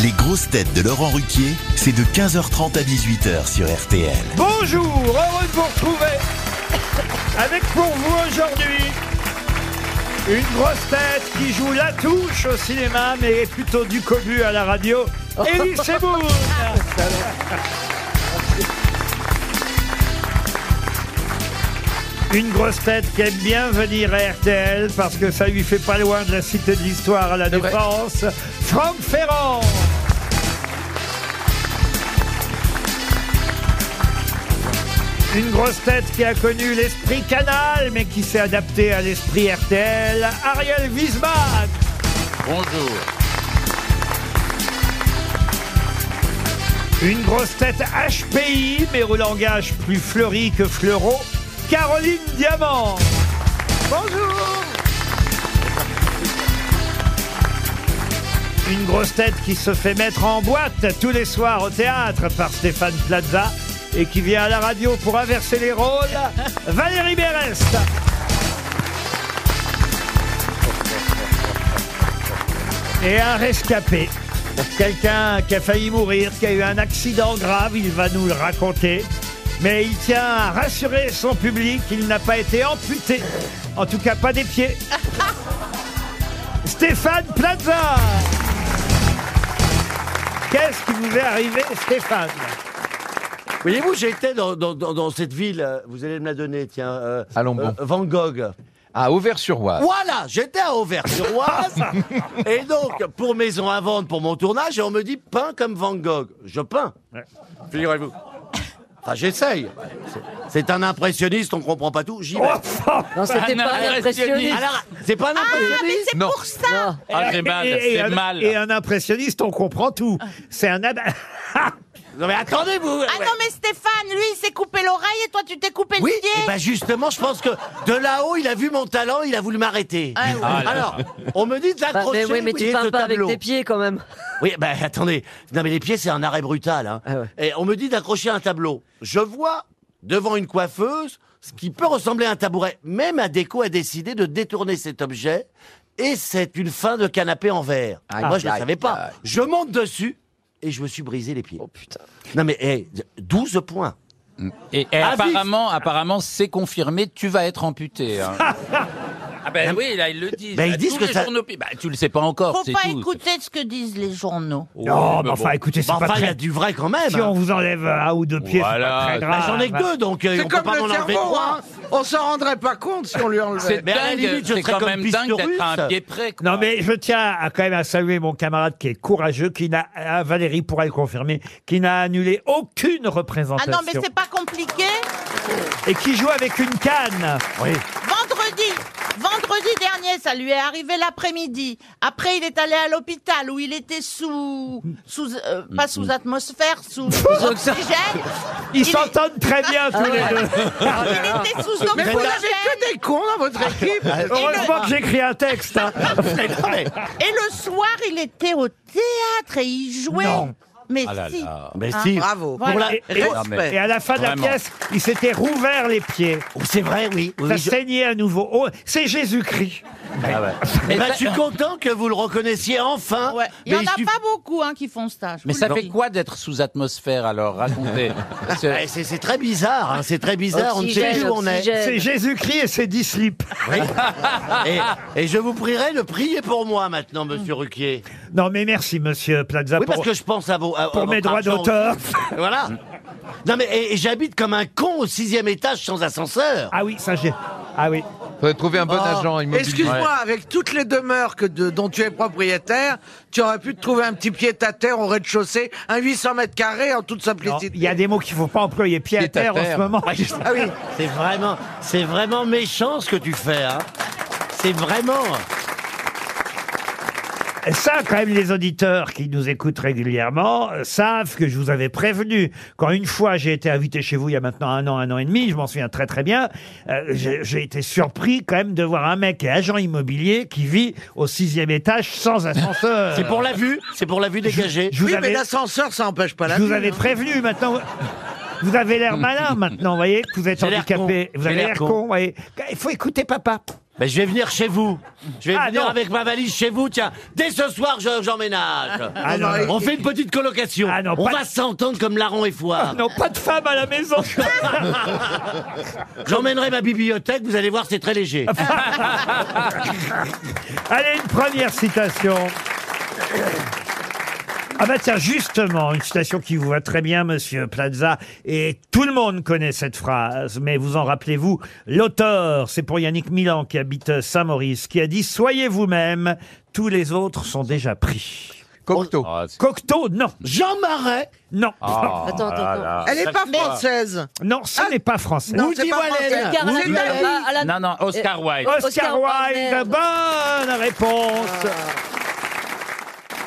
Les grosses têtes de Laurent Ruquier, c'est de 15h30 à 18h sur RTL. Bonjour, heureux de vous retrouver avec pour vous aujourd'hui une grosse tête qui joue la touche au cinéma mais est plutôt du cobu à la radio, Elie Semoun. Une grosse tête qui aime bien venir à RTL parce que ça lui fait pas loin de la Cité de l'Histoire à la Défense, Franck Ferrand. Une grosse tête qui a connu l'esprit Canal mais qui s'est adapté à l'esprit RTL, Ariel Wiesmann. Bonjour. Une grosse tête HPI mais au langage plus fleuri que fleurot, Caroline Diamant. Bonjour. Une grosse tête qui se fait mettre en boîte tous les soirs au théâtre par Stéphane Plaza et qui vient à la radio pour inverser les rôles, Valérie Berest. Et un rescapé, quelqu'un qui a failli mourir, qui a eu un accident grave, il va nous le raconter. Mais il tient à rassurer son public, il n'a pas été amputé. En tout cas, pas des pieds. Stéphane Plaza. Qu'est-ce qui vous est arrivé, Stéphane? Voyez-vous, j'étais dans cette ville, vous allez me la donner, tiens. Allons bon. Van Gogh. À Auvers-sur-Oise. Voilà, j'étais à Auvers-sur-Oise. Et donc, pour maison à vendre pour mon tournage, et on me dit peins comme Van Gogh. Je peins. Ouais. Figurez-vous. Enfin, j'essaye. C'est un impressionniste, on comprend pas tout. J'y vais. Non, c'était pas un impressionniste. Alors, c'est pas un impressionniste. Ah, mais c'est Non. pour ça. Ah, c'est mal, c'est mal. Et un impressionniste, on comprend tout. C'est un... Non mais attendez-vous. Ah non, mais Stéphane, lui, il s'est coupé l'oreille et toi, tu t'es coupé Oui, le pied. et ben justement, je pense que de là-haut, il a vu mon talent, il a voulu m'arrêter. Ah, oui. Alors, on me dit d'accrocher. Mais oui, mais tu ce peins pas avec tableau. tes pieds quand même. Oui, ben attendez. Non mais les pieds, c'est un arrêt brutal. Hein. Ah ouais. Et on me dit d'accrocher un tableau. Je vois devant une coiffeuse ce qui peut ressembler à un tabouret. Même Adéco a décidé de détourner cet objet et c'est une fin de canapé en verre. Moi, je ne le savais pas. Je monte dessus et je me suis brisé les pieds. Oh putain. Non mais 12 points. Et apparemment, c'est confirmé, tu vas être amputé. Hein. Ah ben oui, là, ils le disent. Ben, ils disent Tous que les ça- journaux- Bah, tu le sais pas encore, Faut c'est pas tout. écouter ce que disent les journaux. Non, mais mais enfin, bon. écoutez, c'est Bah, pas enfin, il y a très... du vrai quand même. Si on vous enlève un ou deux pieds, Voilà. c'est pas très Bah, grave. j'en ai que deux, donc on peut pas m'en enlever trois. On s'en rendrait pas compte si on lui enlevait. C'est Mais à la dingue, limite, je c'est serais quand comme même dingue Pistorius. d'être à un pied près. Quoi. Non mais je tiens quand même à saluer mon camarade qui est courageux, qui n'a, Valérie pourra le confirmer, qui n'a annulé aucune Ah représentation non, mais c'est pas compliqué. et qui joue avec une canne. Oui. Vendredi dernier, ça lui est arrivé l'après-midi. Après, il est allé à l'hôpital où il était pas sous atmosphère, sous oxygène. Ils s'entendent très bien tous les deux. Il était sous Mais vous n'avez oxygène. que des cons dans votre équipe. Heureusement que j'écris un texte. Hein. Et le soir, il était au théâtre et il jouait. Non. Mais Ah là si. là. Mais Ah, si. Bravo. Voilà. Et à la fin de la Vraiment. pièce, il s'était rouvert les pieds. Oh, c'est vrai, oui. Ça saignait à nouveau. Oh, c'est Jésus-Christ. Eh ben, je suis content que vous le reconnaissiez enfin. Ouais. Il y en Mais a suffit- pas beaucoup qui font stage. Mais ça fait quoi d'être sous atmosphère alors? Racontez. Ouais, c'est très bizarre, hein, c'est très bizarre, on ne sait plus où on est. Oxygène. C'est Jésus-Christ et ses 10 slips. Oui. Et je vous prierai de prier pour moi maintenant, monsieur Ruquier. Non mais merci monsieur Plaza Oui, parce pour, que je pense à vos à pour mes votre droits argent d'auteur. aussi. Voilà. Non mais et j'habite comme un con au 6e étage sans ascenseur. Ah oui, ça j'ai... Ah oui. Faudrait trouver un bon agent immobilier. Excuse-moi, avec toutes les demeures dont tu es propriétaire, tu aurais pu te trouver un petit pied-à-terre au rez-de-chaussée, un 800 mètres carrés en toute Non, simplicité. il y a des mots qu'il ne faut pas employer pied à terre en ce moment. Ah oui. C'est vraiment méchant ce que tu fais, hein. C'est vraiment. Ça, quand même, les auditeurs qui nous écoutent régulièrement savent que je vous avais prévenu. Quand une fois j'ai été invité chez vous, il y a maintenant un an et demi, je m'en souviens très très bien, j'ai été surpris quand même de voir un mec qui est agent immobilier qui vit au 6e étage sans ascenseur. C'est pour la vue dégagée. Je vous Oui, mais avais, l'ascenseur, ça empêche pas la je vous vue, avais hein. prévenu, maintenant... Vous avez l'air malin maintenant, vous voyez, que vous êtes J'ai l'air handicapé. con. Vous J'ai avez l'air l'air con. con, vous voyez. Il faut écouter papa. Ben, je vais venir chez vous. Je vais venir non. avec ma valise chez vous, tiens. Dès ce soir, j'emménage. Ah non, On fait une petite colocation. Ah non, On pas va s'entendre comme larron et foire. non, pas de femme à la maison. J'emmènerai ma bibliothèque, vous allez voir, c'est très léger. Allez, une première citation. Ah bah tiens, justement, une citation qui vous va très bien, Monsieur Plaza, et tout le monde connaît cette phrase, mais vous en rappelez-vous, l'auteur, c'est pour Yannick Milan qui habite Saint-Maurice, qui a dit « Soyez vous-même, tous les autres sont déjà pris ». Cocteau. Cocteau, non. Jean Marais. Non. Attends. Elle est pas française. Non, ce n'est pas français. Non, Woody c'est pas Wallen. français. Woody Allen. Non, non, Oscar Wilde. Oscar Oscar Wilde, Wilde. bonne réponse